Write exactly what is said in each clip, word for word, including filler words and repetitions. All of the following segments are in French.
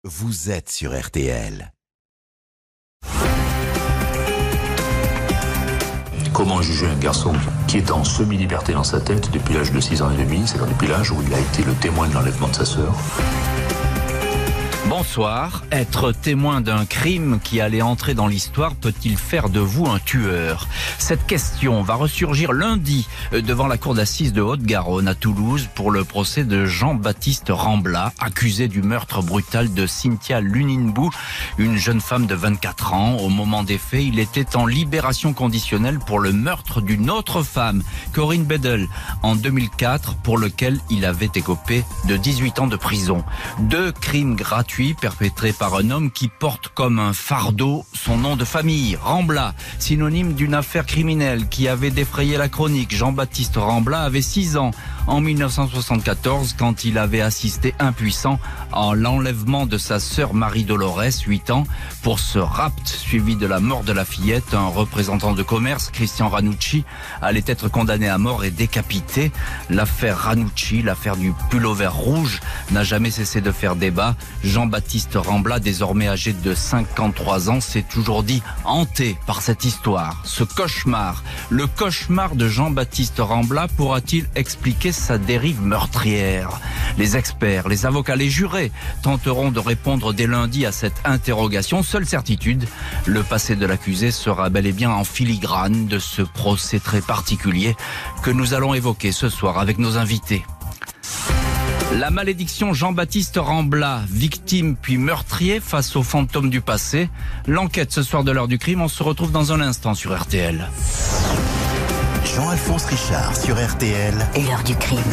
Vous êtes sur R T L. Comment juger un garçon qui est en semi-liberté dans sa tête depuis l'âge de six ans et demi, c'est-à-dire depuis l'âge où il a été le témoin de l'enlèvement de sa sœur? Bonsoir. Être témoin d'un crime qui allait entrer dans l'histoire peut-il faire de vous un tueur? Cette question va ressurgir lundi devant la cour d'assises de Haute-Garonne à Toulouse pour le procès de Jean-Baptiste Rambla, accusé du meurtre brutal de Cynthia Luninbou, une jeune femme de vingt-quatre ans. Au moment des faits, il était en libération conditionnelle pour le meurtre d'une autre femme, Corinne Bedel, en deux mille quatre, pour lequel il avait écopé de dix-huit ans de prison. Deux crimes gratuits perpétré par un homme qui porte comme un fardeau son nom de famille, Rambla, synonyme d'une affaire criminelle qui avait défrayé la chronique. Jean-Baptiste Rambla avait six ans en mille neuf cent soixante-quatorze quand il avait assisté impuissant à l'enlèvement de sa sœur Marie-Dolores, huit ans. Pour ce rapt suivi de la mort de la fillette, un représentant de commerce, Christian Ranucci, allait être condamné à mort et décapité. L'affaire Ranucci, l'affaire du pullover rouge, n'a jamais cessé de faire débat. Jean-Baptiste Rambla, désormais âgé de cinquante-trois ans, s'est toujours dit hanté par cette histoire. Ce cauchemar, le cauchemar de Jean-Baptiste Rambla, pourra-t-il expliquer sa dérive meurtrière? Les experts, les avocats, les jurés tenteront de répondre dès lundi à cette interrogation. Seule certitude, le passé de l'accusé sera bel et bien en filigrane de ce procès très particulier que nous allons évoquer ce soir avec nos invités. La malédiction Jean-Baptiste Rambla, victime puis meurtrier face aux fantômes du passé. L'enquête ce soir de l'heure du crime, on se retrouve dans un instant sur R T L. Jean-Alphonse Richard sur R T L. Et l'heure du crime.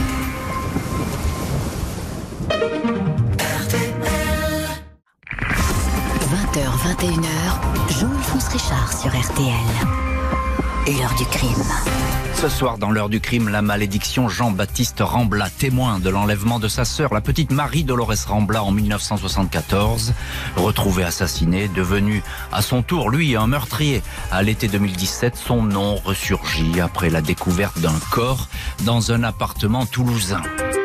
vingt heures vingt et une heures, Jean-Alphonse Richard sur R T L. Et l'heure du crime. Ce soir, dans l'heure du crime, la malédiction Jean-Baptiste Rambla, témoin de l'enlèvement de sa sœur, la petite Marie-Dolores Rambla, en mille neuf cent soixante-quatorze. Retrouvé assassiné, devenu à son tour, lui, un meurtrier. À l'été deux mille dix-sept, son nom ressurgit après la découverte d'un corps dans un appartement toulousain.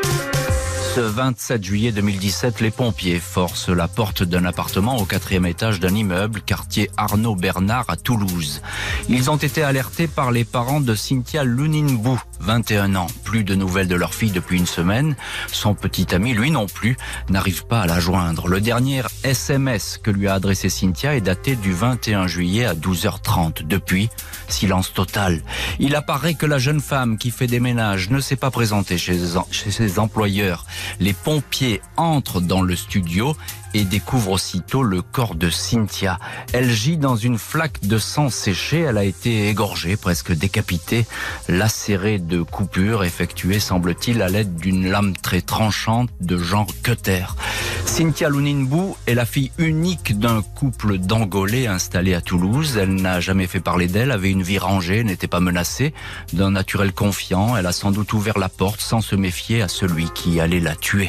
Ce vingt-sept juillet deux mille dix-sept, les pompiers forcent la porte d'un appartement au quatrième étage d'un immeuble, quartier Arnaud Bernard à Toulouse. Ils ont été alertés par les parents de Cynthia Luninbou, vingt et un ans. Plus de nouvelles de leur fille depuis une semaine. Son petit ami, lui non plus, n'arrive pas à la joindre. Le dernier S M S que lui a adressé Cynthia est daté du vingt et un juillet à douze heures trente. Depuis, silence total. Il apparaît que la jeune femme qui fait des ménages ne s'est pas présentée chez ses employeurs. Les pompiers entrent dans le studio et découvrent aussitôt le corps de Cynthia. Elle gît dans une flaque de sang séché. Elle a été égorgée, presque décapitée, lacérée de coupures effectuées, semble-t-il, à l'aide d'une lame très tranchante de genre cutter. Cynthia Luninbou est la fille unique d'un couple d'Angolais installé à Toulouse. Elle n'a jamais fait parler d'elle, avait une vie rangée, n'était pas menacée. D'un naturel confiant, elle a sans doute ouvert la porte sans se méfier à celui qui allait la tuer.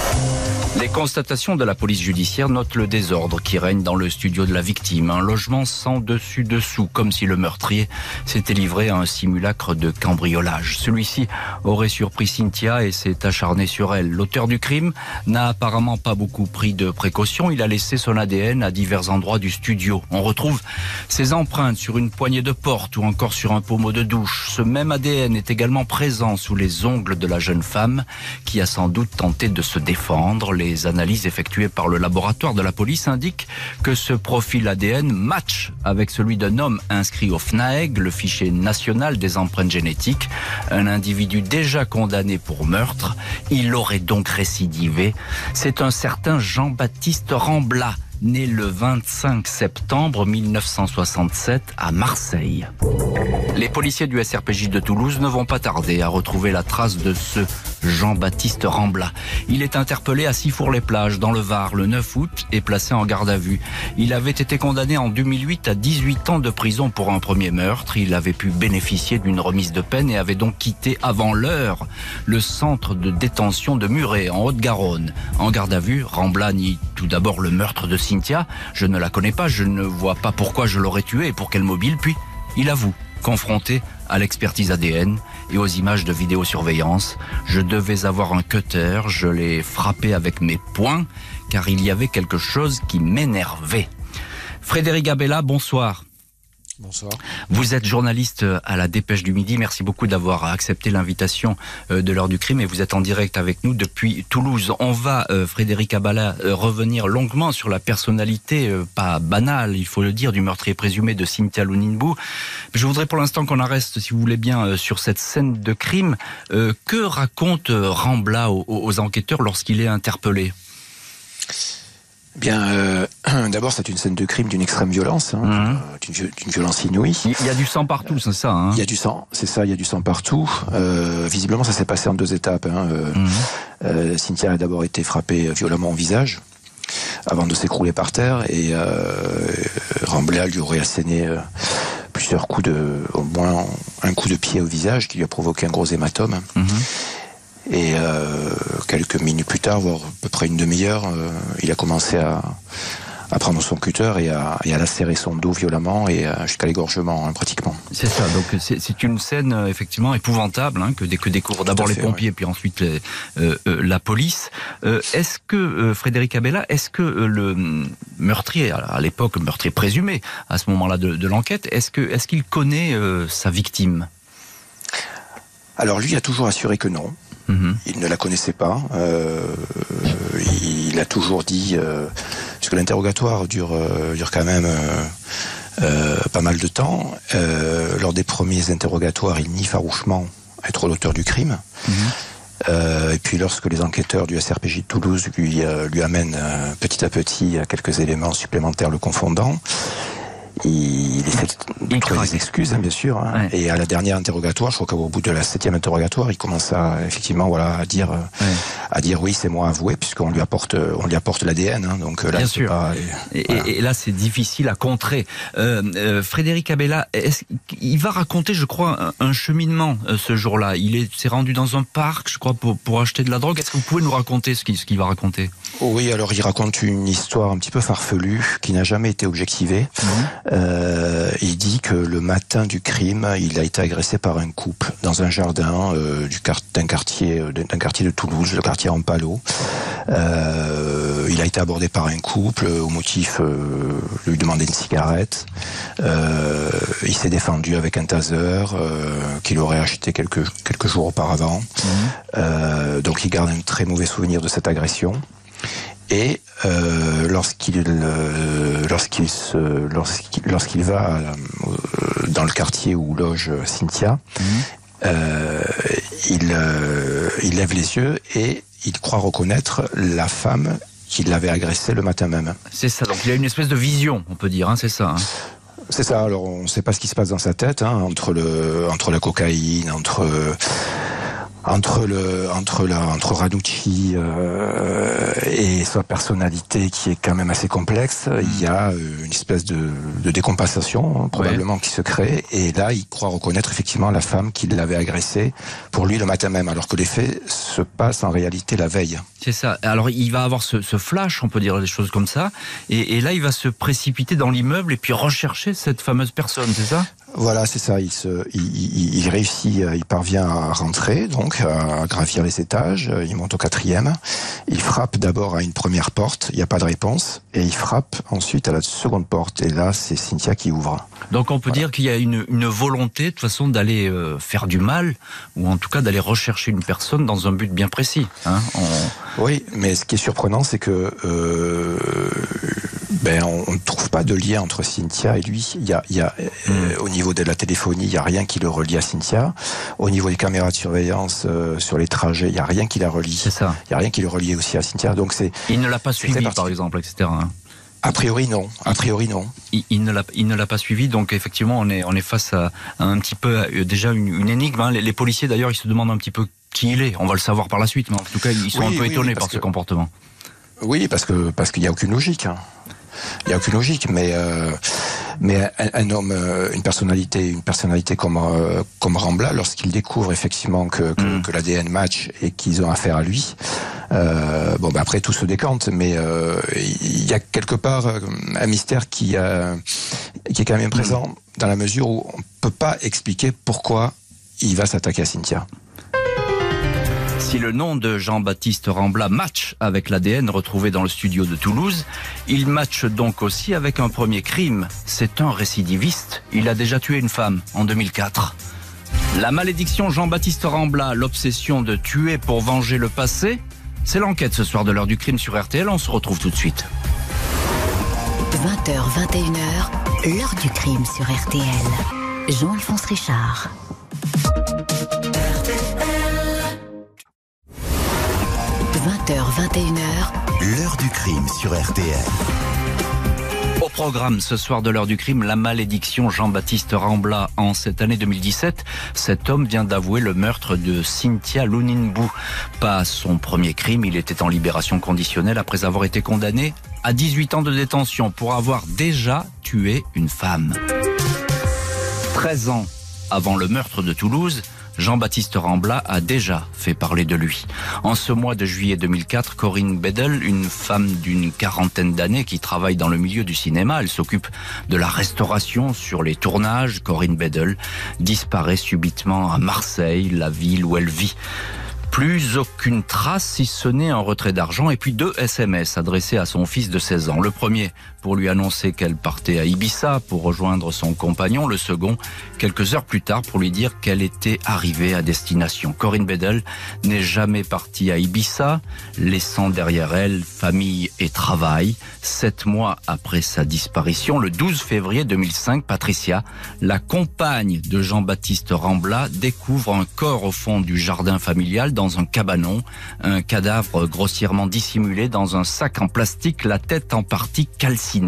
Les constatations de la police judiciaire notent le désordre qui règne dans le studio de la victime. Un logement sans dessus-dessous, comme si le meurtrier s'était livré à un simulacre de cambriolage. Celui-ci aurait surpris Cynthia et s'est acharné sur elle. L'auteur du crime n'a apparemment pas beaucoup pris de précautions. Il a laissé son A D N à divers endroits du studio. On retrouve ses empreintes sur une poignée de porte ou encore sur un pommeau de douche. Ce même A D N est également présent sous les ongles de la jeune femme qui a sans doute tenté de se défendre. Les analyses effectuées par le laboratoire de la police indiquent que ce profil A D N match avec celui d'un homme inscrit au F N A E G, le fichier national des empreintes génétiques, un individu déjà condamné pour meurtre. Il aurait donc récidivé. C'est un certain Jean-Baptiste Rambla, né le vingt-cinq septembre mille neuf cent soixante-sept à Marseille. Les policiers du S R P J de Toulouse ne vont pas tarder à retrouver la trace de ce Jean-Baptiste Rambla. Il est interpellé à Sifour-les-Plages dans le Var le neuf août et placé en garde à vue. Il avait été condamné en deux mille huit à dix-huit ans de prison pour un premier meurtre. Il avait pu bénéficier d'une remise de peine et avait donc quitté avant l'heure le centre de détention de Muret en Haute-Garonne. En garde à vue, Rambla nie tout d'abord le meurtre de Cynthia. Je ne la connais pas, je ne vois pas pourquoi je l'aurais tuée et pour quel mobile. Puis il avoue confronté à l'expertise A D N et aux images de vidéosurveillance. Je devais avoir un cutter, je l'ai frappé avec mes poings, car il y avait quelque chose qui m'énervait. Frédéric Abella, bonsoir. Bonsoir. Vous êtes journaliste à la Dépêche du Midi. Merci beaucoup d'avoir accepté l'invitation de l'heure du crime et vous êtes en direct avec nous depuis Toulouse. On va, euh, Frédéric Abella, euh, revenir longuement sur la personnalité euh, pas banale, il faut le dire, du meurtrier présumé de Cynthia Loninbou. Je voudrais pour l'instant qu'on en reste, si vous voulez bien, euh, sur cette scène de crime. Euh, que raconte euh, Rambla aux, aux enquêteurs lorsqu'il est interpellé ? Bien, euh, d'abord, c'est une scène de crime d'une extrême violence, hein, mmh. d'une, d'une violence inouïe. Il y a du sang partout, c'est ça hein ? Il y a du sang, c'est ça, il y a du sang partout. Euh, visiblement, ça s'est passé en deux étapes. Hein. Euh, mmh. euh, Cynthia a d'abord été frappée violemment au visage, avant de s'écrouler par terre, et euh, Rambla lui aurait asséné euh, plusieurs coups de, au moins un coup de pied au visage, qui lui a provoqué un gros hématome. Mmh. Et euh, quelques minutes plus tard, voire à peu près une demi-heure, euh, il a commencé à, à prendre son cutter et à, et à lacérer son dos violemment et à, jusqu'à l'égorgement, hein, pratiquement. C'est ça, donc c'est, c'est une scène euh, effectivement épouvantable, hein, que, que découvrent d'abord les fait, pompiers, ouais. puis ensuite les, euh, euh, la police. Euh, est-ce que, euh, Frédéric Abella, est-ce que euh, le meurtrier, à l'époque meurtrier présumé, à ce moment-là de, de l'enquête, est-ce, que, est-ce qu'il connaît euh, sa victime ? Alors lui a toujours assuré que non. Mmh. Il ne la connaissait pas. Euh, il a toujours dit, euh, parce que l'interrogatoire dure, euh, dure quand même euh, euh, pas mal de temps. Euh, lors des premiers interrogatoires, il nie farouchement être l'auteur du crime. Mmh. Euh, et puis lorsque les enquêteurs du S R P J de Toulouse lui, euh, lui amènent euh, petit à petit quelques éléments supplémentaires le confondant, il essaie de trouver des excuses, hein, bien sûr. Hein. Ouais. Et à la dernière interrogatoire, je crois qu'au bout de la septième interrogatoire, il commence à effectivement, voilà, à dire, ouais. à dire oui, c'est moi avoué, puisqu'on lui apporte, on lui apporte l'A D N. Hein, donc là, bien sûr. Pas, et, voilà. et, et là, c'est difficile à contrer. Euh, euh, Frédéric Abella, est-ce, il va raconter, je crois, un, un cheminement euh, ce jour-là. Il est, s'est rendu dans un parc, je crois, pour, pour acheter de la drogue. Est-ce que vous pouvez nous raconter ce qu'il, ce qu'il va raconter ? Oui, alors il raconte une histoire un petit peu farfelue qui n'a jamais été objectivée. Mmh. Euh, il dit que le matin du crime, il a été agressé par un couple dans un jardin euh, du quart- d'un quartier d'un quartier de Toulouse, le quartier Ampalo. Euh, il a été abordé par un couple au motif euh, de lui demander une cigarette. Euh, il s'est défendu avec un taser euh, qu'il aurait acheté quelques quelques jours auparavant. Mmh. Euh, donc il garde un très mauvais souvenir de cette agression. Et euh, lorsqu'il euh, lorsqu'il se lorsqu'il, lorsqu'il va euh, dans le quartier où loge Cynthia, mmh. euh, il euh, il lève les yeux et il croit reconnaître la femme qui l'avait agressé le matin même. C'est ça. Donc il a une espèce de vision, on peut dire, hein, c'est ça. Hein. C'est ça. Alors on ne sait pas ce qui se passe dans sa tête, hein, entre le entre la cocaïne, entre euh, Entre le entre la entre Ranucci euh, et sa personnalité qui est quand même assez complexe, mmh. il y a une espèce de, de décompensation hein, probablement ouais. qui se crée. Et là, il croit reconnaître effectivement la femme qui l'avait agressé pour lui le matin même, alors que les faits se passent en réalité la veille. C'est ça. Alors il va avoir ce, ce flash, on peut dire des choses comme ça, et, et là il va se précipiter dans l'immeuble et puis rechercher cette fameuse personne, c'est ça ? Voilà, c'est ça. Il, se, il, il, il réussit, il parvient à rentrer, donc à gravir les étages. Il monte au quatrième. Il frappe d'abord à une première porte. Il n'y a pas de réponse. Et il frappe ensuite à la seconde porte. Et là, c'est Cynthia qui ouvre. Donc on peut voilà. dire qu'il y a une, une volonté, de toute façon, d'aller euh, faire du mal, ou en tout cas d'aller rechercher une personne dans un but bien précis. Hein, on... Oui, mais ce qui est surprenant, c'est que euh, ben, on ne trouve pas de lien entre Cynthia et lui. Il y a, il y a mmh. euh, au niveau de la téléphonie, il n'y a rien qui le relie à Cynthia. Au niveau des caméras de surveillance euh, sur les trajets, il n'y a rien qui la relie. C'est ça. Il n'y a rien qui le relie aussi à Cynthia. Donc c'est. Il ne l'a pas suivi, par exemple, et cetera. Hein. A priori non. A priori non. Il, il ne l'a, il ne l'a pas suivi, donc effectivement, on est, on est face à, à un petit peu à, déjà une, une énigme. Hein. Les, les policiers, d'ailleurs, ils se demandent un petit peu qui il est. On va le savoir par la suite, mais en tout cas, ils sont oui, un peu oui, étonnés oui, par que... ce comportement. Oui, parce que parce qu'il n'y a aucune logique. Hein. Il n'y a aucune logique, mais euh, Mais un, un homme, une personnalité, une personnalité comme euh, comme Rambla, lorsqu'il découvre effectivement que que, mmh. que l'A D N match et qu'ils ont affaire à lui, euh, bon, bah après tout se décante, mais euh, il y a quelque part un mystère qui a, qui est quand même présent mmh. dans la mesure où on peut pas expliquer pourquoi il va s'attaquer à Cynthia. Si le nom de Jean-Baptiste Rambla match avec l'A D N retrouvé dans le studio de Toulouse, il matche donc aussi avec un premier crime. C'est un récidiviste. Il a déjà tué une femme en deux mille quatre. La malédiction Jean-Baptiste Rambla, l'obsession de tuer pour venger le passé, c'est l'enquête ce soir de l'heure du crime sur R T L. On se retrouve tout de suite. vingt heures, vingt et une heures, l'heure du crime sur R T L. Jean-Alphonse Richard. vingt heures, vingt et une heures, l'heure du crime sur R T L. Au programme ce soir de l'heure du crime, la malédiction Jean-Baptiste Rambla. En cette année deux mille dix-sept, cet homme vient d'avouer le meurtre de Cynthia Luninbou. Pas son premier crime, il était en libération conditionnelle après avoir été condamné à dix-huit ans de détention pour avoir déjà tué une femme. treize ans avant le meurtre de Toulouse, Jean-Baptiste Rambla a déjà fait parler de lui. En ce mois de juillet deux mille quatre, Corinne Bedel, une femme d'une quarantaine d'années qui travaille dans le milieu du cinéma, elle s'occupe de la restauration sur les tournages. Corinne Bedel disparaît subitement à Marseille, la ville où elle vit. Plus aucune trace, si ce n'est un retrait d'argent et puis deux S M S adressés à son fils de seize ans. Le premier pour lui annoncer qu'elle partait à Ibiza pour rejoindre son compagnon. Le second, quelques heures plus tard, pour lui dire qu'elle était arrivée à destination. Corinne Bedel n'est jamais partie à Ibiza, laissant derrière elle famille et travail. Sept mois après sa disparition, le douze février deux mille cinq, Patricia, la compagne de Jean-Baptiste Rambla, découvre un corps au fond du jardin familial dans un cabanon, un cadavre grossièrement dissimulé dans un sac en plastique, la tête en partie calcinée.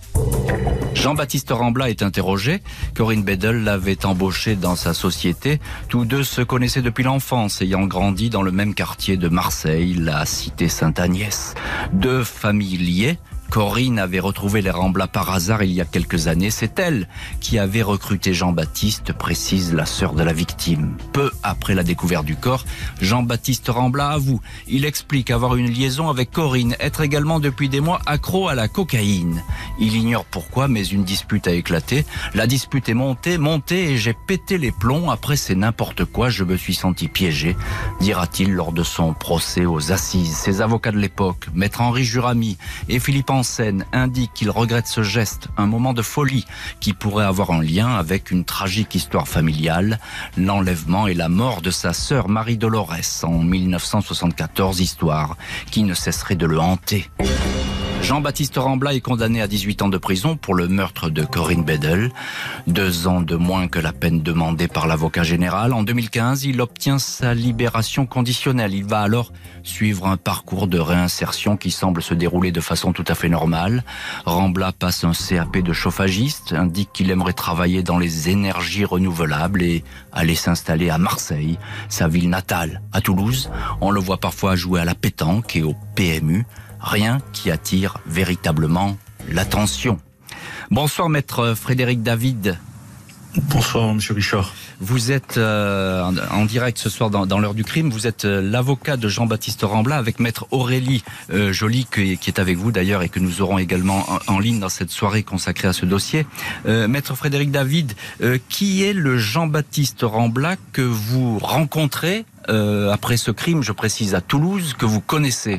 Jean-Baptiste Rambla est interrogé. Corinne Bedel l'avait embauché dans sa société. Tous deux se connaissaient depuis l'enfance, ayant grandi dans le même quartier de Marseille, la cité Sainte-Agnès. Deux familles liées. Corinne avait retrouvé les Rambla par hasard il y a quelques années. C'est elle qui avait recruté Jean-Baptiste, précise la sœur de la victime. Peu après la découverte du corps, Jean-Baptiste Rambla avoue. Il explique avoir une liaison avec Corinne, être également depuis des mois accro à la cocaïne. Il ignore pourquoi, mais une dispute a éclaté. La dispute est montée, montée et j'ai pété les plombs. Après, c'est n'importe quoi, je me suis senti piégé, dira-t-il lors de son procès aux assises. Ses avocats de l'époque, maître Henri Juramy et Philippe en scène, indique qu'il regrette ce geste, un moment de folie qui pourrait avoir un lien avec une tragique histoire familiale, l'enlèvement et la mort de sa sœur Marie-Dolores en mille neuf cent soixante-quatorze, histoire qui ne cesserait de le hanter. Jean-Baptiste Rambla est condamné à dix-huit ans de prison pour le meurtre de Corinne Bedel. Deux ans de moins que la peine demandée par l'avocat général. En deux mille quinze, il obtient sa libération conditionnelle. Il va alors suivre un parcours de réinsertion qui semble se dérouler de façon tout à fait normale. Rambla passe un C A P de chauffagiste, indique qu'il aimerait travailler dans les énergies renouvelables et aller s'installer à Marseille, sa ville natale. À Toulouse, on le voit parfois jouer à la pétanque et au P M U. Rien qui attire véritablement l'attention. Bonsoir maître Frédéric David. Bonsoir monsieur Richard. Vous êtes euh, en direct ce soir dans, dans l'heure du crime. Vous êtes euh, l'avocat de Jean-Baptiste Rambla avec maître Aurélie euh, Joly qui, qui est avec vous d'ailleurs et que nous aurons également en, en ligne dans cette soirée consacrée à ce dossier. Euh, maître Frédéric David, euh, qui est le Jean-Baptiste Rambla que vous rencontrez euh, après ce crime, je précise à Toulouse, que vous connaissez?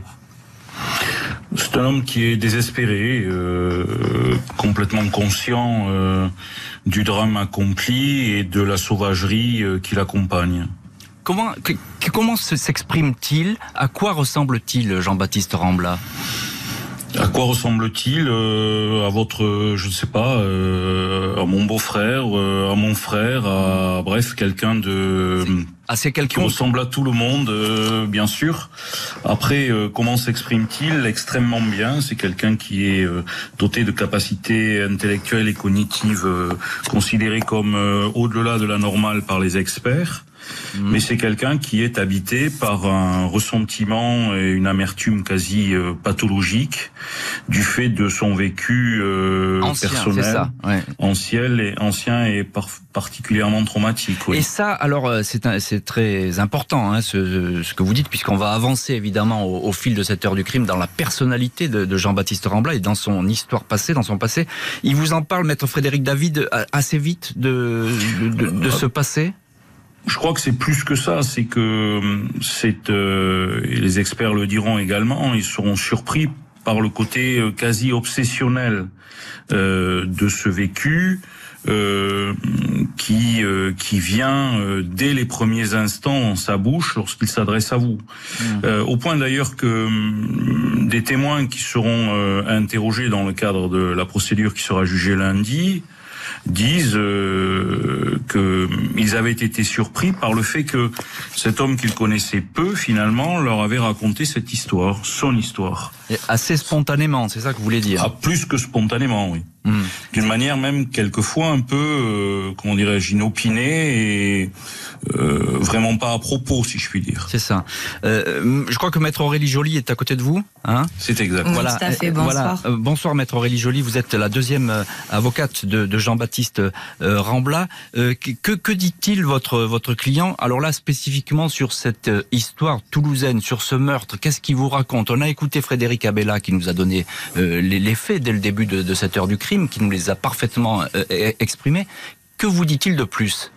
C'est un homme qui est désespéré, euh, complètement conscient euh, du drame accompli et de la sauvagerie euh, qui l'accompagne. Comment, que, comment s'exprime-t-il? À quoi ressemble-t-il, Jean-Baptiste Rambla? À quoi ressemble-t-il euh, à votre, je ne sais pas, euh, à mon beau-frère, euh, à mon frère, à bref, quelqu'un de... Ah, c'est quelqu'un qui ressemble à tout le monde, euh, bien sûr. Après, euh, comment s'exprime-t-il? Extrêmement bien. C'est quelqu'un qui est euh, doté de capacités intellectuelles et cognitives euh, considérées comme euh, au-delà de la normale par les experts. Mmh. Mais c'est quelqu'un qui est habité par un ressentiment et une amertume quasi euh, pathologique du fait de son vécu euh, ancien, personnel, c'est ça, ouais. ancien et ancien et par, particulièrement traumatique. Oui. Et ça, alors, c'est un, c'est très important, hein, ce, ce que vous dites, puisqu'on va avancer évidemment au, au fil de cette heure du crime dans la personnalité de, de Jean-Baptiste Rambla et dans son histoire passée, dans son passé. Il vous en parle, maître Frédéric David, assez vite de, de, de, de ce passé? Je crois que c'est plus que ça, c'est que c'est, euh, et les experts le diront également, ils seront surpris par le côté quasi obsessionnel euh, de ce vécu euh, qui euh, qui vient euh, dès les premiers instants dans sa bouche lorsqu'il s'adresse à vous. Mmh. Euh, au point d'ailleurs que euh, des témoins qui seront euh, interrogés dans le cadre de la procédure qui sera jugée lundi disent euh, que ils avaient été surpris par le fait que cet homme qu'ils connaissaient peu, finalement, leur avait raconté cette histoire, son histoire. Et assez spontanément, c'est ça que vous voulez dire? Ah, plus que spontanément, oui. Mmh. D'une manière même quelquefois un peu, euh, comment dirais-je, inopinée et euh, vraiment pas à propos, si je puis dire. C'est ça. Euh, je crois que maître Aurélie Joly est à côté de vous. Hein? C'est exact. Oui, voilà. Tout à fait. Bonsoir. Voilà. Bonsoir maître Aurélie Joly. Vous êtes la deuxième avocate de, de Jean-Baptiste euh, Rambla. Euh, que, que dit-il votre votre client? Alors là spécifiquement sur cette histoire toulousaine, sur ce meurtre, qu'est-ce qu'il vous raconte? On a écouté Frédéric Abella qui nous a donné euh, les, les faits dès le début de, de cette heure du crime, qui nous les a parfaitement euh, exprimés. Que vous dit-il de plus?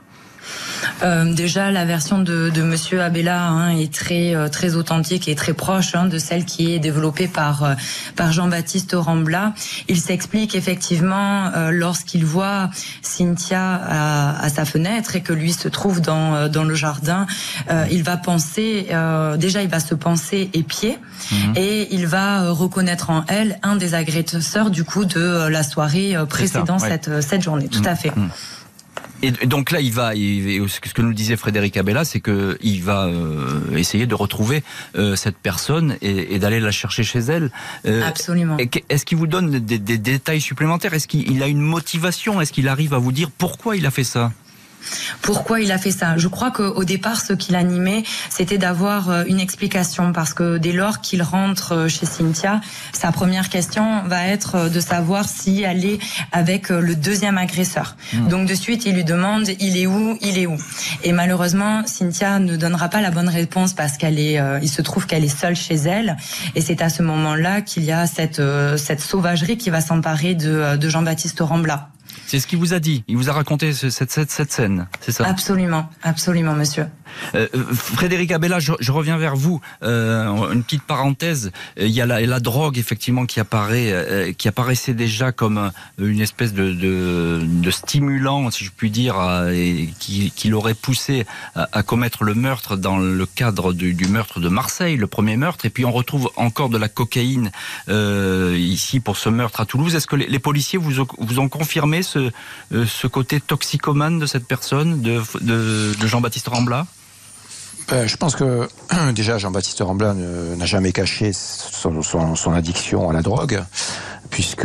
Euh, déjà, la version de, de Monsieur Abella hein, est très euh, très authentique et très proche hein, de celle qui est développée par euh, par Jean-Baptiste Rambla. Il s'explique effectivement euh, lorsqu'il voit Cynthia à, à sa fenêtre et que lui se trouve dans euh, dans le jardin, euh, il va penser euh, déjà il va se penser épié mmh. et il va euh, reconnaître en elle un des agresseurs du coup de euh, la soirée euh, précédant ça, ouais. cette cette journée. Tout mmh. à fait. Mmh. Et donc là, il va, il, ce que nous disait Frédéric Abella, c'est que il va euh, essayer de retrouver euh, cette personne et, et d'aller la chercher chez elle. Euh, Absolument. Est-ce qu'il vous donne des, des détails supplémentaires? Est-ce qu'il a une motivation? Est-ce qu'il arrive à vous dire pourquoi il a fait ça? Pourquoi il a fait ça? Je crois qu'au départ, ce qui l'animait, c'était d'avoir une explication, parce que dès lors qu'il rentre chez Cynthia, sa première question va être de savoir si elle est avec le deuxième agresseur. Mmh. Donc de suite, il lui demande il est où, il est où. Et malheureusement, Cynthia ne donnera pas la bonne réponse parce qu'elle est, euh, il se trouve qu'elle est seule chez elle. Et c'est à ce moment-là qu'il y a cette euh, cette sauvagerie qui va s'emparer de, de Jean-Baptiste Rambla. C'est ce qu'il vous a dit. Il vous a raconté cette, cette, cette scène, c'est ça? Absolument, absolument, monsieur. Euh, Frédéric Abella, je, je reviens vers vous. Euh, une petite parenthèse. Il y a la, la drogue effectivement qui apparaît, euh, qui apparaissait déjà comme une espèce de, de, de stimulant, si je puis dire, euh, et qui, qui l'aurait poussé à, à commettre le meurtre dans le cadre du, du meurtre de Marseille, le premier meurtre. Et puis on retrouve encore de la cocaïne euh, ici pour ce meurtre à Toulouse. Est-ce que les, les policiers vous, vous ont confirmé ce ce côté toxicomane de cette personne, de, de, de Jean-Baptiste Rambla? Ben, je pense que déjà Jean-Baptiste Rambla n'a jamais caché son, son, son addiction à la drogue, puisque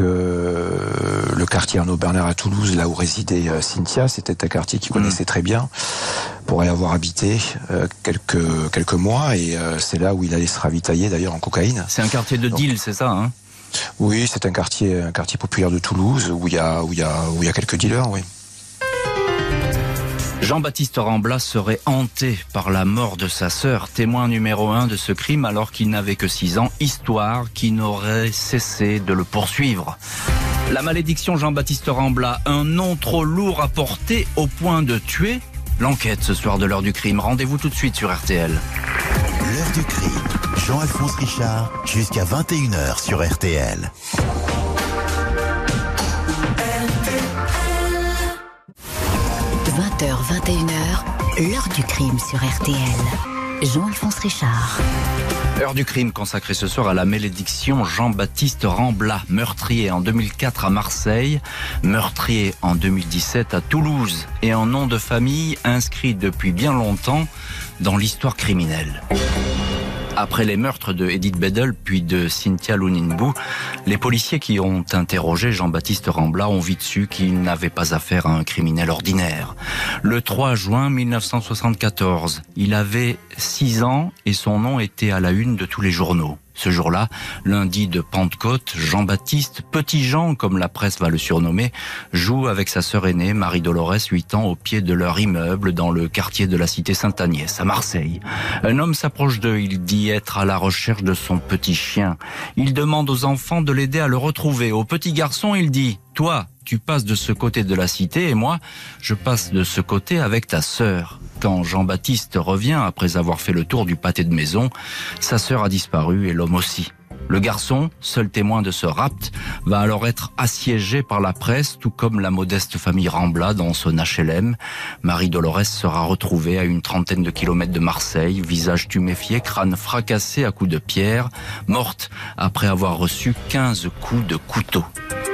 le quartier Arnaud Bernard à Toulouse, là où résidait Cynthia, c'était un quartier qu'il connaissait mmh. très bien, pour y avoir habité euh, quelques, quelques mois, et euh, c'est là où il allait se ravitailler d'ailleurs en cocaïne. C'est un quartier de deal, c'est ça, hein? Oui, c'est un quartier, un quartier populaire de Toulouse où il y a, où il y a, où il y a quelques dealers, oui. Jean-Baptiste Rambla serait hanté par la mort de sa sœur, témoin numéro un de ce crime alors qu'il n'avait que six ans, histoire qui n'aurait cessé de le poursuivre. La malédiction Jean-Baptiste Rambla, un nom trop lourd à porter au point de tuer? L'enquête ce soir de l'heure du crime. Rendez-vous tout de suite sur R T L. L'heure du crime. Jean-Alphonse Richard, jusqu'à vingt et une heures sur R T L. vingt heures, vingt et une heures, l'heure du crime sur R T L. Jean-Alphonse Richard. Heure du crime consacrée ce soir à la malédiction Jean-Baptiste Rambla, meurtrier en deux mille quatre à Marseille, meurtrier en deux mille dix-sept à Toulouse et un nom de famille inscrit depuis bien longtemps dans l'histoire criminelle. Après les meurtres de Edith Bedel puis de Cynthia Luninbou, les policiers qui ont interrogé Jean-Baptiste Rambla ont vite su qu'il n'avait pas affaire à un criminel ordinaire. Le trois juin mille neuf cent soixante-quatorze, il avait six ans et son nom était à la une de tous les journaux. Ce jour-là, lundi de Pentecôte, Jean-Baptiste, Petit Jean, comme la presse va le surnommer, joue avec sa sœur aînée, Marie-Dolores, huit ans, au pied de leur immeuble dans le quartier de la cité Sainte-Agnès, à Marseille. Un homme s'approche d'eux, il dit être à la recherche de son petit chien. Il demande aux enfants de l'aider à le retrouver. Au petit garçon, il dit « Toi, tu passes de ce côté de la cité et moi, je passe de ce côté avec ta sœur. » Quand Jean-Baptiste revient, après avoir fait le tour du pâté de maison, sa sœur a disparu et l'homme aussi. Le garçon, seul témoin de ce rapt, va alors être assiégé par la presse, tout comme la modeste famille Rambla dans son H L M. Marie-Dolores sera retrouvée à une trentaine de kilomètres de Marseille, visage tuméfié, crâne fracassé à coups de pierre, morte après avoir reçu quinze coups de couteau.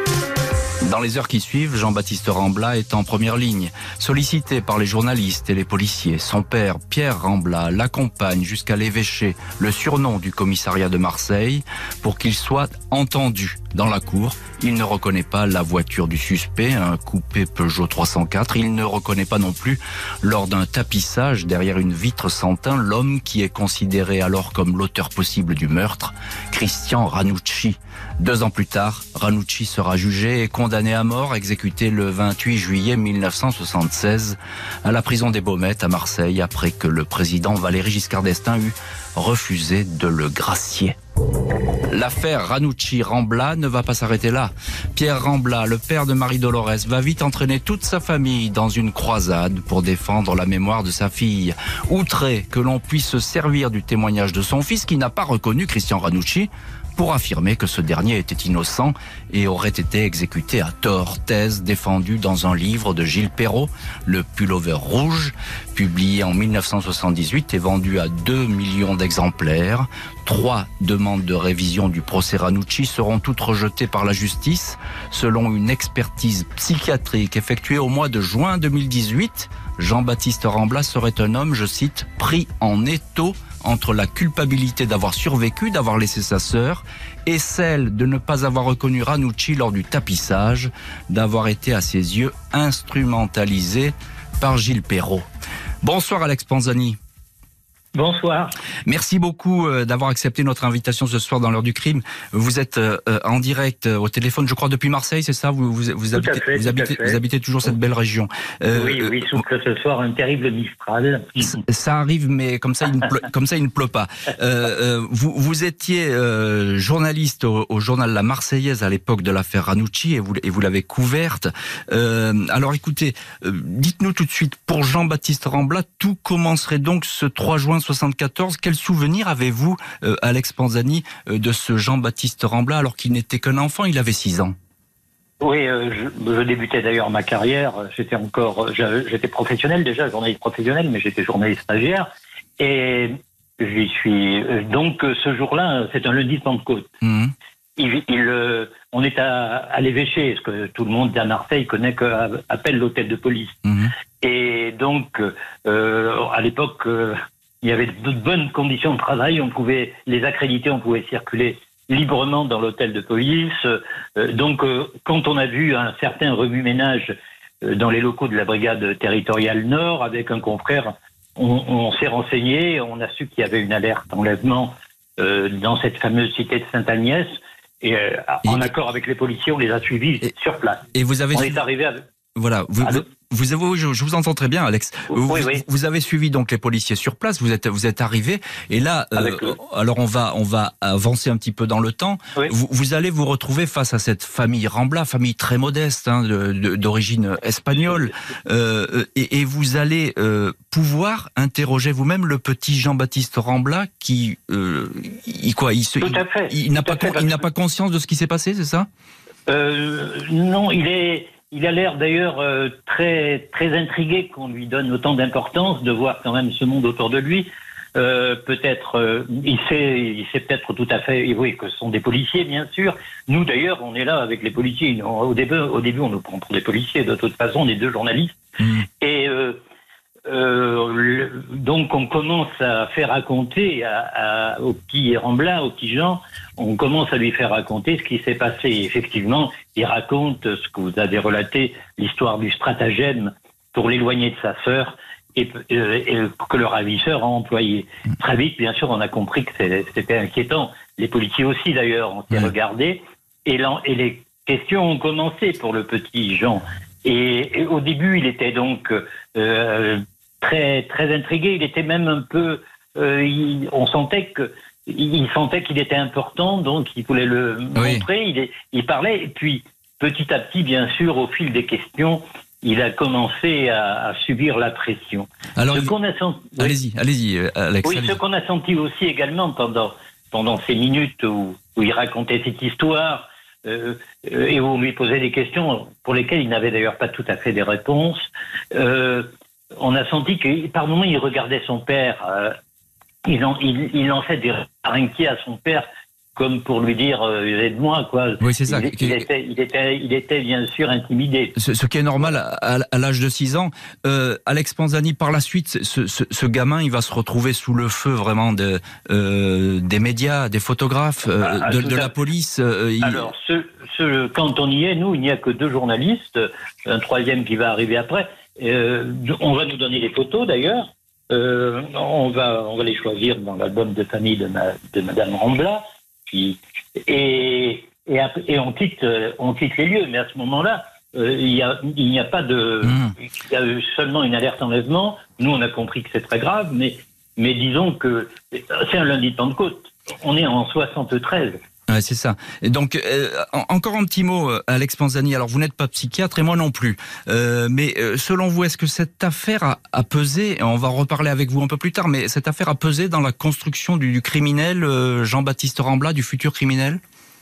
Dans les heures qui suivent, Jean-Baptiste Rambla est en première ligne, sollicité par les journalistes et les policiers. Son père, Pierre Rambla, l'accompagne jusqu'à l'évêché, le surnom du commissariat de Marseille, pour qu'il soit entendu. Dans la cour, il ne reconnaît pas la voiture du suspect, un coupé Peugeot trois cent quatre. Il ne reconnaît pas non plus, lors d'un tapissage derrière une vitre sans teint, l'homme qui est considéré alors comme l'auteur possible du meurtre, Christian Ranucci. Deux ans plus tard, Ranucci sera jugé et condamné à mort, exécuté le vingt-huit juillet mille neuf cent soixante-seize à la prison des Baumettes à Marseille, après que le président Valéry Giscard d'Estaing eut refusé de le gracier. L'affaire Ranucci-Rambla ne va pas s'arrêter là. Pierre Rambla, le père de Marie-Dolores, va vite entraîner toute sa famille dans une croisade pour défendre la mémoire de sa fille. Outré que l'on puisse se servir du témoignage de son fils qui n'a pas reconnu Christian Ranucci pour affirmer que ce dernier était innocent et aurait été exécuté à tort. Thèse défendue dans un livre de Gilles Perrault, Le Pullover Rouge, publié en mille neuf cent soixante-dix-huit et vendu à deux millions d'exemplaires. Trois demandes de révision du procès Ranucci seront toutes rejetées par la justice. Selon une expertise psychiatrique effectuée au mois de juin deux mille dix-huit, Jean-Baptiste Rambla serait un homme, je cite, pris en étau entre la culpabilité d'avoir survécu, d'avoir laissé sa sœur, et celle de ne pas avoir reconnu Ranucci lors du tapissage, d'avoir été à ses yeux instrumentalisé par Gilles Perrault. Bonsoir Alex Panzani. Bonsoir. Merci beaucoup d'avoir accepté notre invitation ce soir dans l'heure du crime. Vous êtes en direct au téléphone, je crois, depuis Marseille, c'est ça? Vous, vous, vous, habitez, fait, vous, habitez, vous habitez toujours cette belle région. Euh, oui, oui, sauf que ce soir, un terrible Mistral. Ça arrive, mais comme ça, il ne pleut, comme ça, il ne pleut pas. Euh, vous, vous étiez euh, journaliste au, au journal La Marseillaise à l'époque de l'affaire Ranucci et vous, et vous l'avez couverte. Euh, alors écoutez, euh, dites-nous tout de suite, pour Jean-Baptiste Rambla, tout commencerait donc ce trois juin soixante-quatorze. Quel souvenir avez-vous, euh, Alex Panzani, euh, de ce Jean-Baptiste Rambla alors qu'il n'était qu'un enfant, il avait six ans? Oui, euh, je, je débutais d'ailleurs ma carrière, j'étais encore, j'étais professionnel déjà, journaliste professionnel, mais j'étais journaliste stagiaire, et j'y suis, donc ce jour-là, c'est un lundi de Pentecôte. Mmh. Il, il, on est à, à l'évêché, ce que tout le monde à Marseille connaît, que, appelle l'hôtel de police. Mmh. Et donc, euh, à l'époque, euh, il y avait de bonnes conditions de travail, on pouvait les accréditer, on pouvait circuler librement dans l'hôtel de police. Euh, donc, euh, quand on a vu un certain remue-ménage euh, dans les locaux de la brigade territoriale Nord, avec un confrère, on, on s'est renseigné, on a su qu'il y avait une alerte enlèvement euh, dans cette fameuse cité de Sainte-Agnès, et, euh, et en accord avec les policiers, on les a suivis et, sur place. Et vous avez on suivi... est arrivé à... Voilà, vous, vous, vous avez, je, je vous entends très bien, Alex. Vous, oui, oui. vous avez suivi donc les policiers sur place. Vous êtes, vous êtes arrivé. Et là, euh, alors on va, on va avancer un petit peu dans le temps. Oui. Vous, vous allez vous retrouver face à cette famille Rambla, famille très modeste, hein, de, de, d'origine espagnole, euh, et, et vous allez euh, pouvoir interroger vous-même le petit Jean-Baptiste Rambla, qui, euh, il, quoi, il, se, Tout à fait. il, il n'a pas, con, il n'a pas conscience de ce qui s'est passé, c'est ça? euh, Non, il est. Il a l'air d'ailleurs euh, très très intrigué qu'on lui donne autant d'importance, de voir quand même ce monde autour de lui. Euh, peut-être, euh, il sait, il sait peut-être tout à fait, oui, que ce sont des policiers, bien sûr. Nous d'ailleurs, on est là avec les policiers. Au début, au début, on nous prend pour des policiers. De toute façon, on est deux journalistes. Mmh. Et euh, euh, le, donc on commence à faire raconter à, à, au petit Rambla, au petit Jean, on commence à lui faire raconter ce qui s'est passé. Et effectivement, il raconte ce que vous avez relaté, l'histoire du stratagème pour l'éloigner de sa sœur et, euh, et que le ravisseur a employé. Très vite, bien sûr, on a compris que c'était inquiétant. Les policiers aussi, d'ailleurs, on s'est mmh. regardés et, et les questions ont commencé pour le petit Jean. Et, et au début, il était donc euh, très très intrigué. Il était même un peu. Euh, il, on sentait que il sentait qu'il était important, donc il voulait le oui. montrer. Il, il parlait. Et puis petit à petit, bien sûr, au fil des questions, il a commencé à, à subir la pression. Alors, il... qu'on a senti... allez-y, allez-y, Alex. Oui, allez-y. Ce qu'on a senti aussi également pendant pendant ces minutes où, où il racontait cette histoire. Euh, euh, et où on lui posait des questions pour lesquelles il n'avait d'ailleurs pas tout à fait des réponses. Euh, on a senti que par moments il regardait son père, euh, il, en, il, il lançait des regards inquiets à son père, comme pour lui dire euh, aide-moi quoi. Oui, c'est ça. Il, il, était, il, était, il était bien sûr intimidé. Ce, ce qui est normal à, à l'âge de six ans. Euh, Alex Panzani, par la suite, ce, ce, ce gamin, il va se retrouver sous le feu vraiment de, euh, des médias, des photographes, euh, ah, de, de la police. Euh, il... Alors, ce, ce, quand on y est, nous, il n'y a que deux journalistes, un troisième qui va arriver après. Euh, on va nous donner les photos d'ailleurs. Euh, on va, on va les choisir dans l'album de famille de, ma, de Madame Rambla. Et, et, et on quitte, on quitte les lieux, mais à ce moment-là, euh, il y a, il n'y a pas de, mmh. il y a eu seulement une alerte enlèvement. Nous, on a compris que c'est très grave, mais, mais disons que c'est un lundi de Pentecôte. On est en soixante-treize. Ouais, c'est ça. Et donc, euh, encore un petit mot, Alex Panzani. Alors, vous n'êtes pas psychiatre et moi non plus. Euh, mais euh, selon vous, est-ce que cette affaire a, a pesé, et on va reparler avec vous un peu plus tard, mais cette affaire a pesé dans la construction du, du criminel euh, Jean-Baptiste Rambla, du futur criminel ?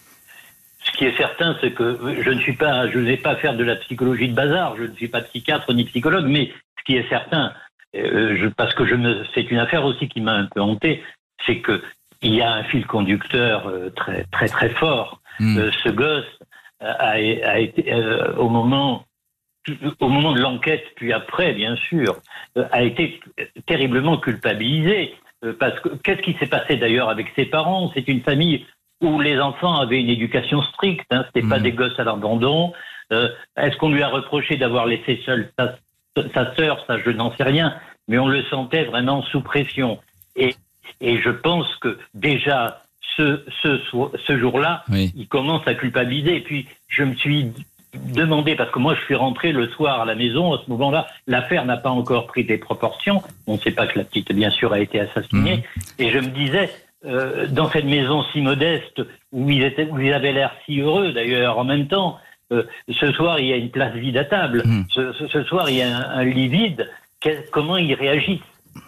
Ce qui est certain, c'est que je ne suis pas, je ne vais pas faire de la psychologie de bazar. Je ne suis pas psychiatre ni psychologue, mais ce qui est certain, euh, je, parce que je me, c'est une affaire aussi qui m'a un peu hanté, c'est que il y a un fil conducteur euh, très très très fort. Mmh. Euh, ce gosse a, a été euh, au moment au moment de l'enquête, puis après, bien sûr, euh, a été terriblement culpabilisé euh, parce que qu'est-ce qui s'est passé d'ailleurs avec ses parents ? C'est une famille où les enfants avaient une éducation stricte. Hein, c'était mmh. pas des gosses à l'abandon. Euh, est-ce qu'on lui a reproché d'avoir laissé seule sa, sa sœur ? Ça, je n'en sais rien. Mais on le sentait vraiment sous pression. Et Et je pense que déjà, ce, ce, ce jour-là, oui. il commence à culpabiliser. Et puis, je me suis demandé, parce que moi, je suis rentré le soir à la maison, à ce moment-là, l'affaire n'a pas encore pris des proportions. On ne sait pas que la petite, bien sûr, a été assassinée. Mmh. Et je me disais, euh, dans cette maison si modeste, où ils, étaient, où ils avaient l'air si heureux, d'ailleurs, en même temps, euh, ce soir, il y a une place vide à table. Mmh. Ce, ce, ce soir, il y a un, un lit vide. Quel, comment ils réagissent ?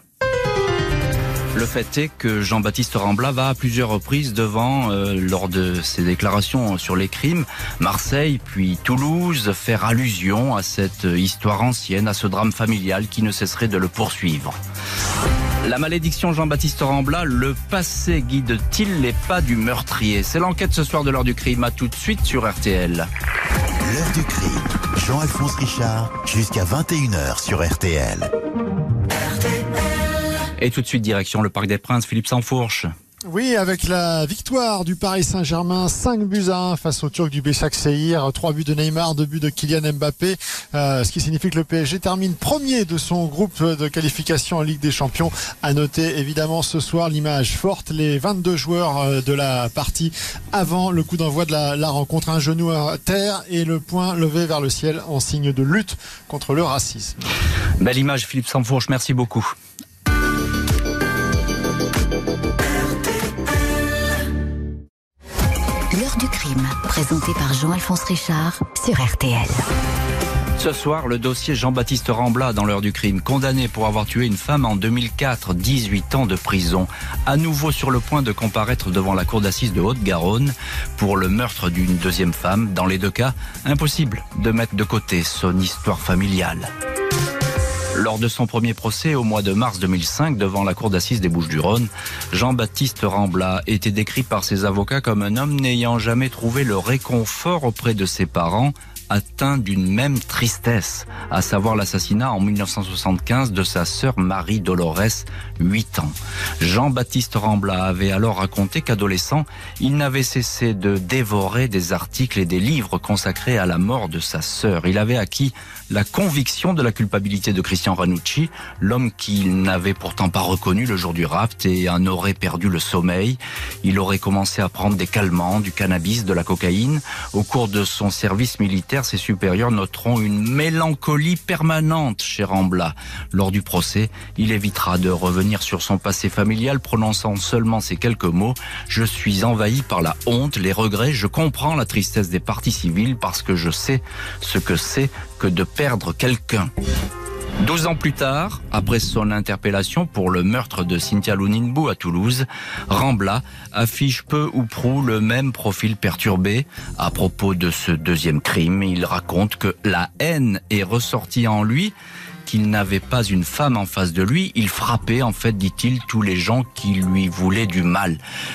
Le fait est que Jean-Baptiste Rambla va à plusieurs reprises devant, euh, lors de ses déclarations sur les crimes, Marseille puis Toulouse, faire allusion à cette histoire ancienne, à ce drame familial qui ne cesserait de le poursuivre. La malédiction Jean-Baptiste Rambla, le passé guide-t-il les pas du meurtrier ? C'est l'enquête ce soir de l'heure du crime. À tout de suite sur R T L. L'heure du crime, Jean-Alphonse Richard, jusqu'à vingt et une heures sur R T L. Et tout de suite, direction le Parc des Princes, Philippe Sansfourche. Oui, avec la victoire du Paris Saint-Germain, cinq buts à un face aux Turcs du Başakşehir, trois buts de Neymar, deux buts de Kylian Mbappé, euh, ce qui signifie que le P S G termine premier de son groupe de qualification en Ligue des Champions. À noter évidemment ce soir l'image forte, les vingt-deux joueurs de la partie avant le coup d'envoi de la, la rencontre, un genou à terre et le poing levé vers le ciel en signe de lutte contre le racisme. Belle image, Philippe Sansfourche, merci beaucoup. L'heure du crime, présenté par Jean-Alphonse Richard sur R T L. Ce soir, le dossier Jean-Baptiste Rambla dans l'heure du crime, condamné pour avoir tué une femme en deux mille quatre, dix-huit ans de prison, à nouveau sur le point de comparaître devant la cour d'assises de Haute-Garonne pour le meurtre d'une deuxième femme. Dans les deux cas, impossible de mettre de côté son histoire familiale. Lors de son premier procès au mois de mars deux mille cinq devant la cour d'assises des Bouches-du-Rhône, Jean-Baptiste Rambla était décrit par ses avocats comme un homme n'ayant jamais trouvé le réconfort auprès de ses parents atteint d'une même tristesse, à savoir l'assassinat en mille neuf cent soixante-quinze de sa sœur Marie-Dolores, huit ans. Jean-Baptiste Rambla avait alors raconté qu'adolescent, il n'avait cessé de dévorer des articles et des livres consacrés à la mort de sa sœur. Il avait acquis la conviction de la culpabilité de Christian Ranucci, l'homme qu'il n'avait pourtant pas reconnu le jour du rapt et en aurait perdu le sommeil. Il aurait commencé à prendre des calmants, du cannabis, de la cocaïne. Au cours de son service militaire, ses supérieurs noteront une mélancolie permanente chez Rambla. Lors du procès, il évitera de revenir sur son passé familial, prononçant seulement ces quelques mots. « Je suis envahi par la honte, les regrets, je comprends la tristesse des parties civiles parce que je sais ce que c'est que de perdre quelqu'un. » Douze ans plus tard, après son interpellation pour le meurtre de Cynthia Lounimbou à Toulouse, Rambla affiche peu ou prou le même profil perturbé. À propos de ce deuxième crime, il raconte que la haine est ressortie en lui, qu'il n'avait pas une femme en face de lui, il frappait en fait, dit-il, tous les gens qui lui voulaient du mal.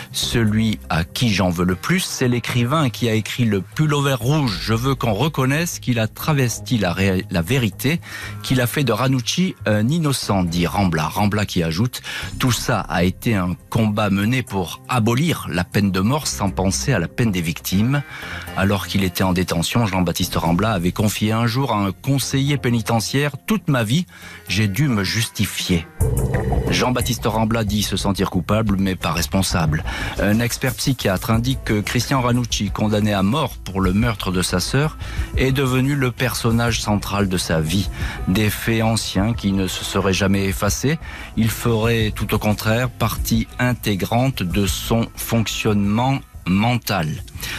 Celui à qui j'en veux le plus, c'est l'écrivain qui a écrit le pullover rouge. Je veux qu'on reconnaisse qu'il a travesti la, ré- la vérité, qu'il a fait de Ranucci un innocent, dit Rambla. Rambla qui ajoute, tout ça a été un combat mené pour abolir la peine de mort sans penser à la peine des victimes. Alors qu'il était en détention, Jean-Baptiste Rambla avait confié un jour à un conseiller pénitentiaire, toute ma vie, j'ai dû me justifier. Jean-Baptiste Rambla dit se sentir coupable, mais pas responsable. Un expert psychiatre indique que Christian Ranucci, condamné à mort pour le meurtre de sa sœur, est devenu le personnage central de sa vie. Des faits anciens qui ne se seraient jamais effacés, il ferait tout au contraire partie intégrante de son fonctionnement mental.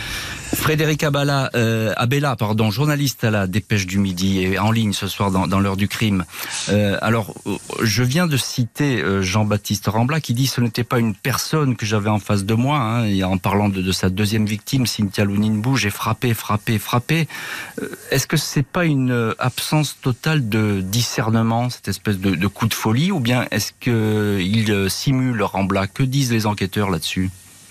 Frédéric Abala, euh, Abella, pardon, journaliste à la Dépêche du Midi et en ligne ce soir dans, dans l'heure du crime. Euh, alors, je viens de citer euh, Jean-Baptiste Rambla qui dit ce n'était pas une personne que j'avais en face de moi. Hein, et en parlant de, de sa deuxième victime, Cynthia Lounimbou, j'ai frappé, frappé, frappé. Euh, est-ce que c'est pas une absence totale de discernement, cette espèce de, de coup de folie, ou bien est-ce que il simule Rambla? Que disent les enquêteurs là-dessus?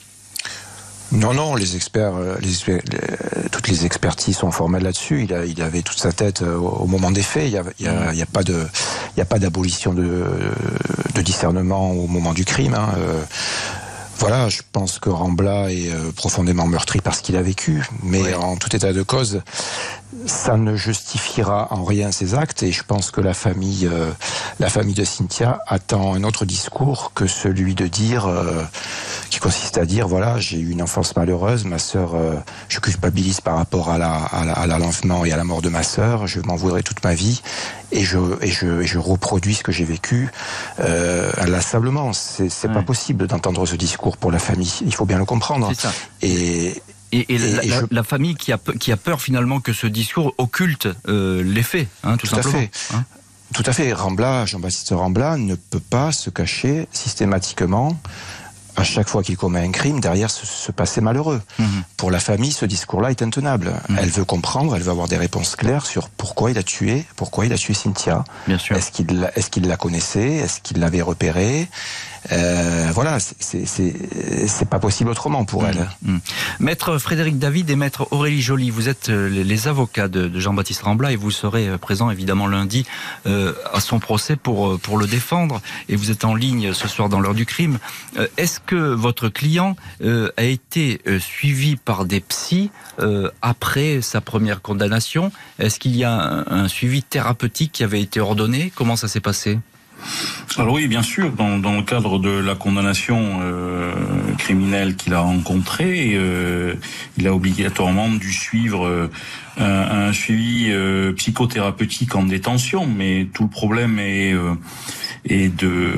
Non, non, les experts, les experts les, toutes les expertises sont formelles là-dessus. Il, a, il avait toute sa tête au, au moment des faits. Il n'y a, il y a, il y a pas de, il y a pas d'abolition de, de discernement au moment du crime. Hein. Euh, voilà, je pense que Rambla est profondément meurtri par ce qu'il a vécu. Mais oui. En tout état de cause, ça ne justifiera en rien ses actes. Et je pense que la famille, euh, la famille de Cynthia attend un autre discours que celui de dire, euh, qui consiste à dire, voilà, j'ai eu une enfance malheureuse, ma sœur, euh, je culpabilise par rapport à la, à la, à l'enlèvement et à la mort de ma sœur, je m'en voudrais toute ma vie. Et je, et je, et je reproduis ce que j'ai vécu euh, inlassablement. C'est, c'est ouais. pas possible d'entendre ce discours pour la famille. Il faut bien le comprendre. C'est ça. Et, et, et, et la, et la, je... la famille qui a, qui a peur finalement que ce discours occulte euh, les faits, hein, tout, tout simplement. À fait. Hein. Tout à fait. Rambla, Jean-Baptiste Rambla ne peut pas se cacher systématiquement. À chaque fois qu'il commet un crime, derrière ce, ce passé malheureux. Mmh. Pour la famille, ce discours-là est intenable. Mmh. Elle veut comprendre, elle veut avoir des réponses claires sur pourquoi il a tué, pourquoi il a tué Cynthia. Bien sûr. Est-ce qu'il, est-ce qu'il la connaissait, est-ce qu'il l'avait repérée? Euh, voilà, c'est, c'est, c'est, c'est pas possible autrement pour mmh. elle. Mmh. Maître Frédéric David et Maître Aurélie Joly, vous êtes les, les avocats de, de Jean-Baptiste Rambla et vous serez présents évidemment lundi euh, à son procès pour, pour le défendre. Et vous êtes en ligne ce soir dans l'heure du crime. Euh, est-ce que votre client euh, a été euh, suivi par des psys euh, après sa première condamnation? Est-ce qu'il y a un, un suivi thérapeutique qui avait été ordonné? Comment ça s'est passé? Alors oui, bien sûr, dans, dans le cadre de la condamnation euh, criminelle qu'il a rencontrée, euh, il a obligatoirement dû suivre euh, un, un suivi euh, psychothérapeutique en détention, mais tout le problème est, euh, est de,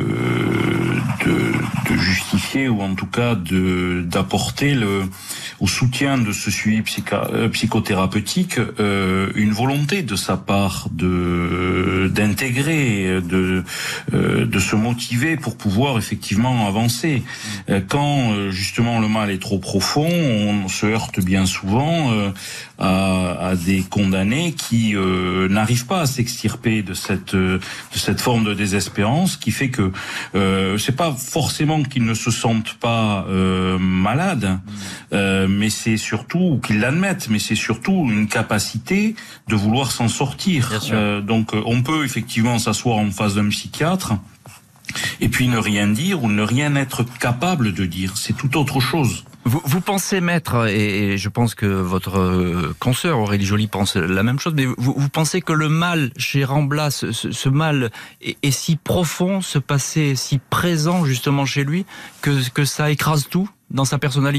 de, de justifier, ou en tout cas de, d'apporter le, au soutien de ce suivi psycha, euh, psychothérapeutique euh, une volonté de sa part de, d'intégrer, de euh, de se motiver pour pouvoir effectivement avancer. Euh, quand euh, justement le mal est trop profond, on se heurte bien souvent euh, à, à des condamnés qui euh, n'arrivent pas à s'extirper de cette euh, de cette forme de désespérance, qui fait que euh, c'est pas forcément qu'ils ne se sentent pas euh, malades, euh, mais c'est surtout ou qu'ils l'admettent, mais c'est surtout une capacité de vouloir s'en sortir. Euh, donc euh, on peut effectivement s'asseoir en face d'un psychiatre et puis ne rien dire ou ne rien être capable de dire. C'est tout autre chose. Vous, vous pensez, maître, et je pense que votre consoeur Aurélie Joly pense la même chose, mais vous, vous pensez que le mal chez Rambla, ce, ce, ce mal est, est si profond, ce passé est si présent justement chez lui, que, que ça écrase tout dans sa personnalité ?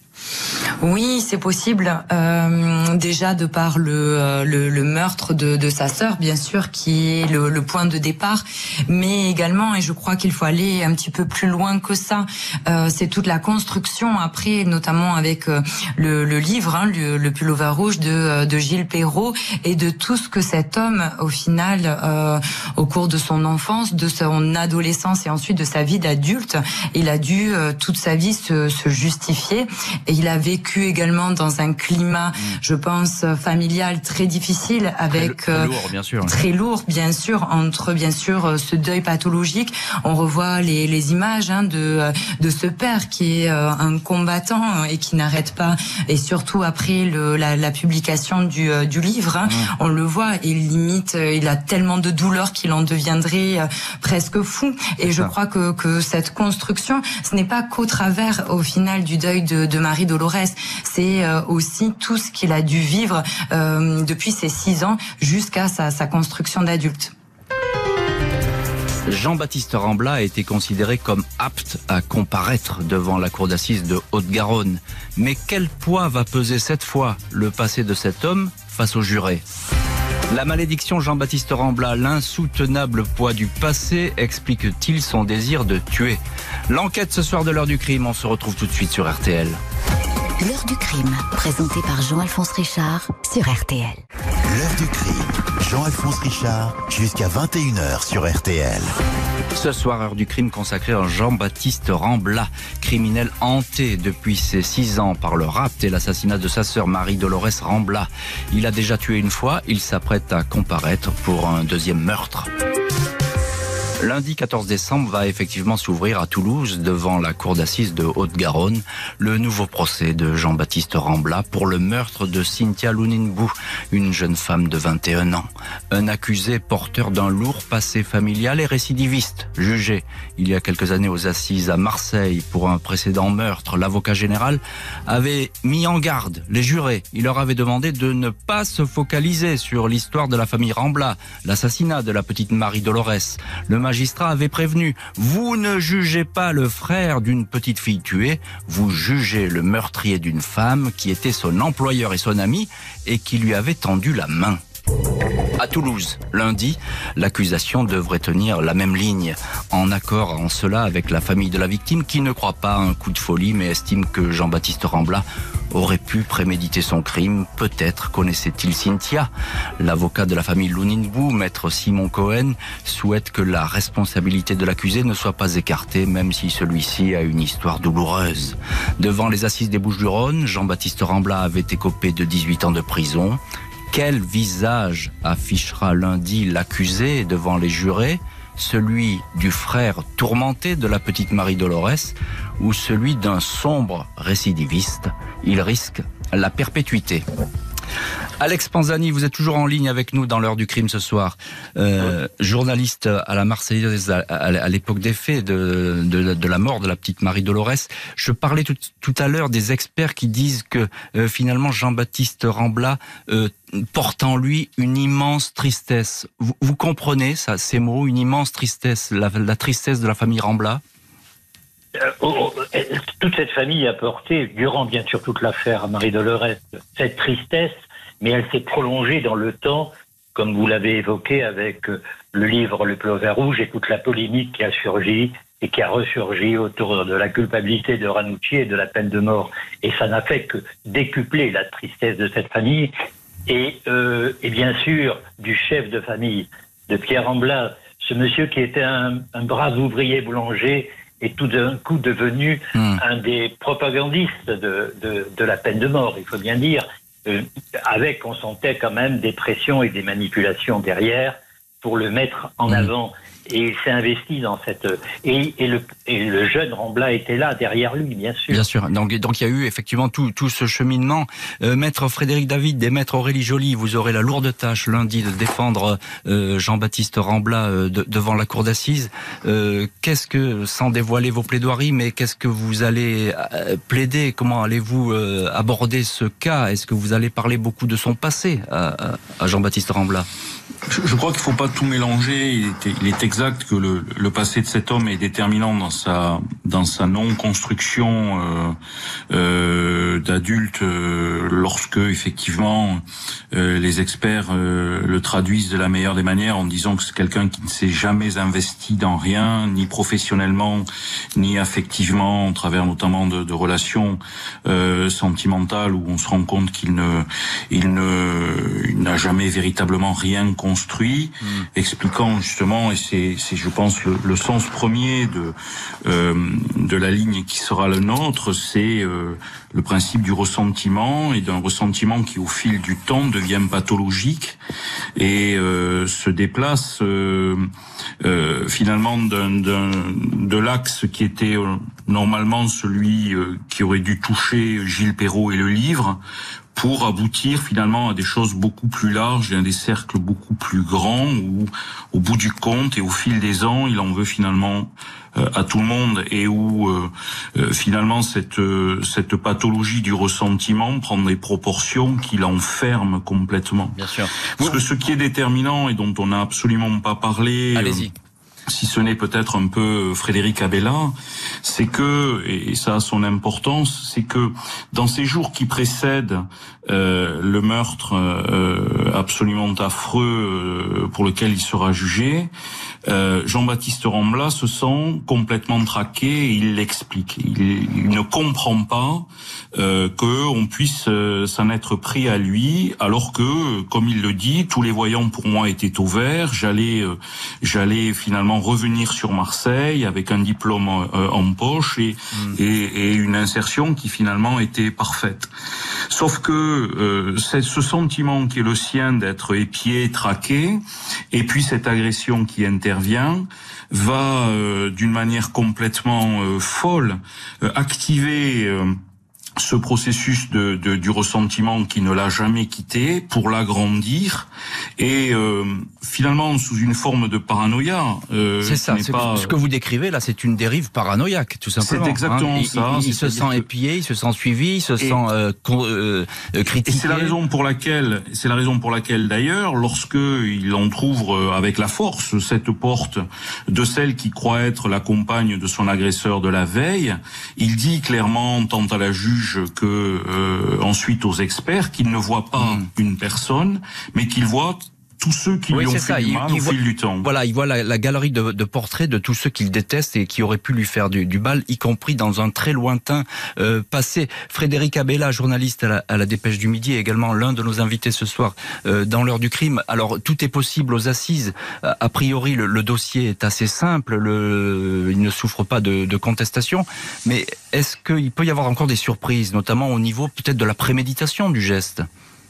Oui, c'est possible. Euh, déjà de par le, le, le meurtre de, de sa sœur, bien sûr, qui est le, le point de départ, mais également, et je crois qu'il faut aller un petit peu plus loin que ça, euh, c'est toute la construction après, notamment avec euh, le, le livre, hein, le, le pullover rouge de, de Gilles Perrault, et de tout ce que cet homme, au final, euh, au cours de son enfance, de son adolescence et ensuite de sa vie d'adulte, il a dû euh, toute sa vie se, se justifier. Et il a vécu également dans un climat, je pense, familial très difficile, avec très, très lourd, bien sûr. Très lourd, bien sûr, entre bien sûr ce deuil pathologique. On revoit les, les images hein, de de ce père qui est euh, un combattant et qui n'arrête pas. Et surtout après le, la, la publication du euh, du livre, hein, mmh. on le voit. Il limite, euh, il a tellement de douleur qu'il en deviendrait euh, presque fou. Et je crois que que cette construction, ce n'est pas qu'au travers, au final, du deuil de, de Marie Dolores, c'est euh, aussi tout ce qu'il a dû vivre euh, depuis ses six ans jusqu'à sa, sa construction d'adulte. Jean-Baptiste Rambla a été considéré comme apte à comparaître devant la cour d'assises de Haute-Garonne. Mais quel poids va peser cette fois le passé de cet homme face aux jurés ? La malédiction Jean-Baptiste Rambla, l'insoutenable poids du passé, explique-t-il son désir de tuer ? L'enquête ce soir de l'heure du crime, on se retrouve tout de suite sur R T L. L'heure du crime, présentée par Jean-Alphonse Richard sur R T L. L'heure du crime, Jean-Alphonse Richard, jusqu'à vingt et une heures sur R T L. Ce soir, heure du crime consacrée à Jean-Baptiste Rambla, criminel hanté depuis ses six ans par le rapt et l'assassinat de sa sœur Marie-Dolores Rambla. Il a déjà tué une fois, il s'apprête à comparaître pour un deuxième meurtre. Lundi quatorze décembre va effectivement s'ouvrir à Toulouse, devant la cour d'assises de Haute-Garonne, le nouveau procès de Jean-Baptiste Rambla pour le meurtre de Cynthia Luninbou, une jeune femme de vingt et un ans. Un accusé porteur d'un lourd passé familial et récidiviste, jugé il y a quelques années aux assises à Marseille pour un précédent meurtre. L'avocat général avait mis en garde les jurés. Il leur avait demandé de ne pas se focaliser sur l'histoire de la famille Rambla, l'assassinat de la petite Marie-Dolores. Le magistrat avait prévenu, vous ne jugez pas le frère d'une petite fille tuée, vous jugez le meurtrier d'une femme qui était son employeur et son ami et qui lui avait tendu la main. À Toulouse, lundi, l'accusation devrait tenir la même ligne, en accord en cela avec la famille de la victime qui ne croit pas à un coup de folie mais estime que Jean-Baptiste Rambla aurait pu préméditer son crime. Peut-être connaissait-il Cynthia. L'avocat de la famille Luninbou, maître Simon Cohen, souhaite que la responsabilité de l'accusé ne soit pas écartée, même si celui-ci a une histoire douloureuse. Devant les assises des Bouches-du-Rhône, Jean-Baptiste Rambla avait écopé de dix-huit ans de prison. Quel visage affichera lundi l'accusé devant les jurés ? Celui du frère tourmenté de la petite Marie-Dolores ou celui d'un sombre récidiviste ? Il risque la perpétuité. Alex Panzani, vous êtes toujours en ligne avec nous dans l'heure du crime ce soir. Euh, journaliste à la Marseillaise à, à, à l'époque des faits de, de, de la mort de la petite Marie-Dolores. Je parlais tout, tout à l'heure des experts qui disent que euh, finalement Jean-Baptiste Rambla euh, porte en lui une immense tristesse. Vous, vous comprenez ça, ces mots, une immense tristesse, la, la tristesse de la famille Rambla ? Euh, oh, oh, toute cette famille a porté, durant bien sûr toute l'affaire à Marie-Dolores, cette tristesse, mais elle s'est prolongée dans le temps, comme vous l'avez évoqué avec le livre Le Pullover rouge et toute la polémique qui a surgi et qui a ressurgi autour de la culpabilité de Ranucci et de la peine de mort. Et ça n'a fait que décupler la tristesse de cette famille et, euh, et bien sûr du chef de famille, de Pierre Rambla, ce monsieur qui était un, un brave ouvrier boulanger est tout d'un coup devenu mmh. un des propagandistes de, de, de la peine de mort, il faut bien dire, euh, avec, on sentait quand même des pressions et des manipulations derrière pour le mettre en mmh. avant. Et il s'est investi dans cette... Et, et, le, et le jeune Rambla était là, derrière lui, bien sûr. Bien sûr. Donc, donc il y a eu effectivement tout, tout ce cheminement. Euh, Maître Frédéric David et Maître Aurélie Joly, vous aurez la lourde tâche lundi de défendre euh, Jean-Baptiste Rambla euh, de, devant la cour d'assises. Euh, qu'est-ce que, sans dévoiler vos plaidoiries, mais qu'est-ce que vous allez euh, plaider? Comment allez-vous euh, aborder ce cas? Est-ce que vous allez parler beaucoup de son passé à, à Jean-Baptiste Rambla? Je, je crois qu'il ne faut pas tout mélanger. Il est, il est exact que le, le passé de cet homme est déterminant dans sa, dans sa non-construction euh, euh, d'adulte euh, lorsque, effectivement, euh, les experts euh, le traduisent de la meilleure des manières en disant que c'est quelqu'un qui ne s'est jamais investi dans rien, ni professionnellement, ni affectivement, au travers notamment de, de relations euh, sentimentales où on se rend compte qu'il ne, il ne, il n'a jamais véritablement rien construit, mmh. expliquant justement, et c'est, c'est je pense le, le sens premier de euh, de la ligne qui sera le nôtre, c'est euh, le principe du ressentiment, et d'un ressentiment qui au fil du temps devient pathologique et euh, se déplace euh, euh, finalement d'un, d'un, de l'axe qui était euh, normalement celui euh, qui aurait dû toucher Gilles Perrault et le livre, pour aboutir finalement à des choses beaucoup plus larges et à des cercles beaucoup plus grands où, au bout du compte et au fil des ans, il en veut finalement euh, à tout le monde, et où euh, euh, finalement cette euh, cette pathologie du ressentiment prend des proportions qui l'enferment complètement. Bien sûr. Parce que ce qui est déterminant et dont on n'a absolument pas parlé... Allez-y. Euh, si ce n'est peut-être un peu Frédéric Abella, c'est que, et ça a son importance, c'est que dans ces jours qui précèdent euh, le meurtre euh, absolument affreux euh, pour lequel il sera jugé, euh, Jean-Baptiste Rambla se sent complètement traqué et il l'explique. Il, il ne comprend pas euh, qu'on puisse euh, s'en être pris à lui, alors que, comme il le dit, tous les voyants pour moi étaient au vert. J'allais, euh, j'allais finalement revenir sur Marseille avec un diplôme euh, en poche et, mmh. et, et une insertion qui finalement était parfaite. Sauf que euh, c'est ce sentiment qui est le sien d'être épié, traqué, et puis cette agression qui intervient va euh, d'une manière complètement euh, folle euh, activer euh, ce processus de, de, du ressentiment qui ne l'a jamais quitté pour l'agrandir et euh, finalement sous une forme de paranoïa. Euh, c'est ça, c'est pas... ce que vous décrivez là, c'est une dérive paranoïaque, tout simplement. C'est exactement hein. ça. Il, il, il se sent que... épié, il se sent suivi, il se et, sent euh, con, euh, critiqué. Et c'est la raison pour laquelle, c'est la raison pour laquelle d'ailleurs, lorsque il entrouvre avec la force cette porte de celle qui croit être la compagne de son agresseur de la veille, il dit clairement, tant à la juge que euh, ensuite aux experts, qu'il ne voit pas mmh. une personne, mais qu'il voit tous ceux qui oui, lui ont fait ça. du il, mal il au voit, fil du temps. Voilà, il voit la, la galerie de, de portraits de tous ceux qu'il déteste et qui auraient pu lui faire du, du mal, y compris dans un très lointain euh, passé. Frédéric Abella, journaliste à la, à la Dépêche du Midi, est également l'un de nos invités ce soir euh, dans l'heure du crime. Alors, tout est possible aux assises. A priori, le, le dossier est assez simple, le, il ne souffre pas de, de contestation, mais est-ce qu'il peut y avoir encore des surprises, notamment au niveau peut-être de la préméditation du geste ?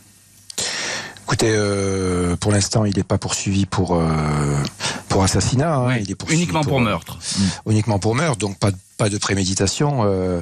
Écoutez, euh, pour l'instant, il n'est pas poursuivi pour euh, pour assassinat. Hein, oui, il est poursuivi uniquement pour, pour meurtre. Euh, uniquement pour meurtre, donc pas pas de préméditation. Euh,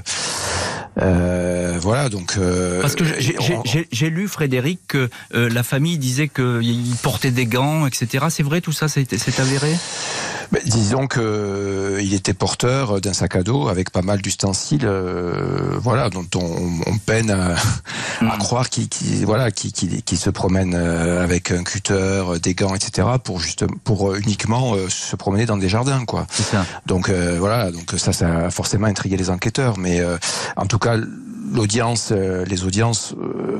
euh, voilà, donc. Euh, Parce que j'ai, j'ai, j'ai, j'ai lu, Frédéric, que euh, la famille disait qu'il portait des gants, et cetera. C'est vrai, tout ça, c'est, c'est avéré ? Ben, disons que euh, il était porteur d'un sac à dos avec pas mal d'ustensiles, euh, voilà, dont on, on peine à, mmh. à croire qu'il, qu'il voilà, qu'il, qu'il, qu'il se promène avec un cutter, des gants, et cetera. pour juste, pour uniquement euh, se promener dans des jardins, quoi. C'est ça. Donc euh, voilà, donc ça, ça a forcément intrigué les enquêteurs, mais euh, en tout cas, l'audience, euh, les audiences.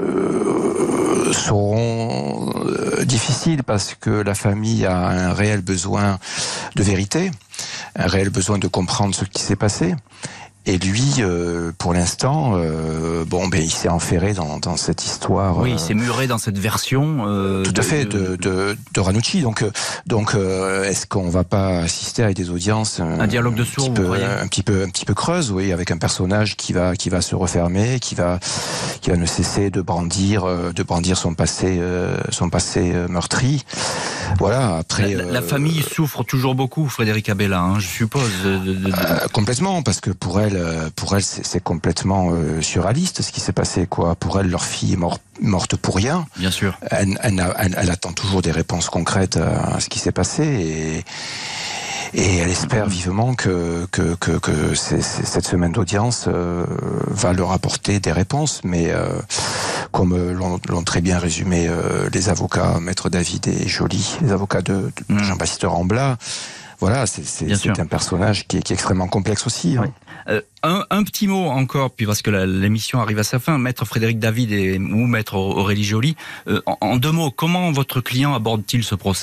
Euh, seront euh, difficiles parce que la famille a un réel besoin de vérité, un réel besoin de comprendre ce qui s'est passé. Et lui, euh, pour l'instant, euh, bon, ben, il s'est enferré dans, dans cette histoire. Oui, euh, il s'est muré dans cette version. Euh, tout de, à fait, de, de, de Ranucci. Donc, donc, euh, est-ce qu'on va pas assister à des audiences un, un dialogue de sourds, un petit peu, un petit peu, un petit peu creuse, oui, avec un personnage qui va, qui va se refermer, qui va, qui va ne cesser de brandir, de brandir son passé, euh, son passé meurtri. Voilà. Après, la, la euh, famille souffre toujours beaucoup, Frédéric Abella, hein, je suppose. De, de, de... Euh, complètement, parce que pour elle, pour elle, c'est, c'est complètement euh, surréaliste ce qui s'est passé, quoi. Pour elle, leur fille est mort, morte pour rien. Bien sûr. Elle, elle, elle, elle attend toujours des réponses concrètes à, à ce qui s'est passé et. Et elle espère vivement que, que, que, que c'est, c'est, cette semaine d'audience euh, va leur apporter des réponses. Mais euh, comme l'ont, l'ont très bien résumé euh, les avocats, Maître David et Joly, les avocats de, de mmh. Jean-Baptiste Rambla, voilà, c'est, c'est, c'est un personnage qui est, qui est extrêmement complexe aussi. Oui. Hein. Euh, un, un petit mot encore, puis parce que la, l'émission arrive à sa fin. Maître Frédéric David et, ou Maître Aurélie Joly, euh, en, en deux mots, comment votre client aborde-t-il ce procès ?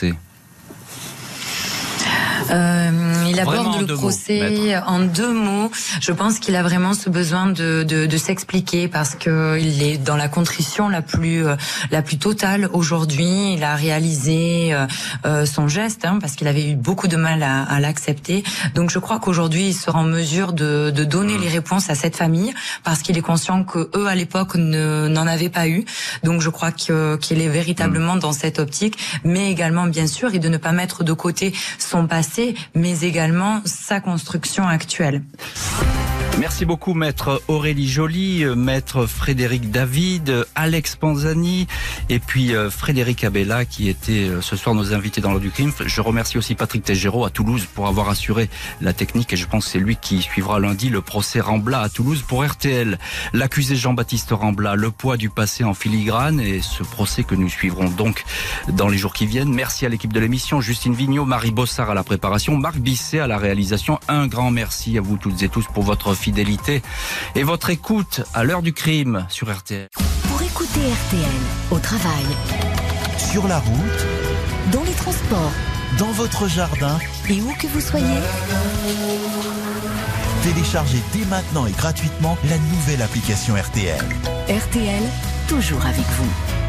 Euh, il aborde vraiment le procès mots, en deux mots. Je pense qu'il a vraiment ce besoin de, de, de s'expliquer parce que il est dans la contrition la plus la plus totale aujourd'hui. Il a réalisé euh, son geste hein, parce qu'il avait eu beaucoup de mal à, à l'accepter. Donc je crois qu'aujourd'hui il sera en mesure de, de donner les réponses à cette famille parce qu'il est conscient que eux à l'époque ne, n'en avaient pas eu. Donc je crois que, qu'il est véritablement dans cette optique, mais également bien sûr et de ne pas mettre de côté son passé, mais également sa construction actuelle. Merci beaucoup Maître Aurélie Joly, Maître Frédéric David, Alex Panzani et puis Frédéric Abella qui étaient ce soir nos invités dans l'heure du crime. Je remercie aussi Patrick Tégéraud à Toulouse pour avoir assuré la technique et je pense que c'est lui qui suivra lundi le procès Rambla à Toulouse pour R T L. L'accusé Jean-Baptiste Rambla, le poids du passé en filigrane et ce procès que nous suivrons donc dans les jours qui viennent. Merci à l'équipe de l'émission, Justine Vignot, Marie Bossard à la préparation, Marc Bisset à la réalisation. Un grand merci à vous toutes et tous pour votre fidélité et votre écoute à l'heure du crime sur R T L. Pour écouter R T L au travail, sur la route, dans les transports, dans votre jardin et où que vous soyez, téléchargez dès maintenant et gratuitement la nouvelle application R T L. R T L, toujours avec vous.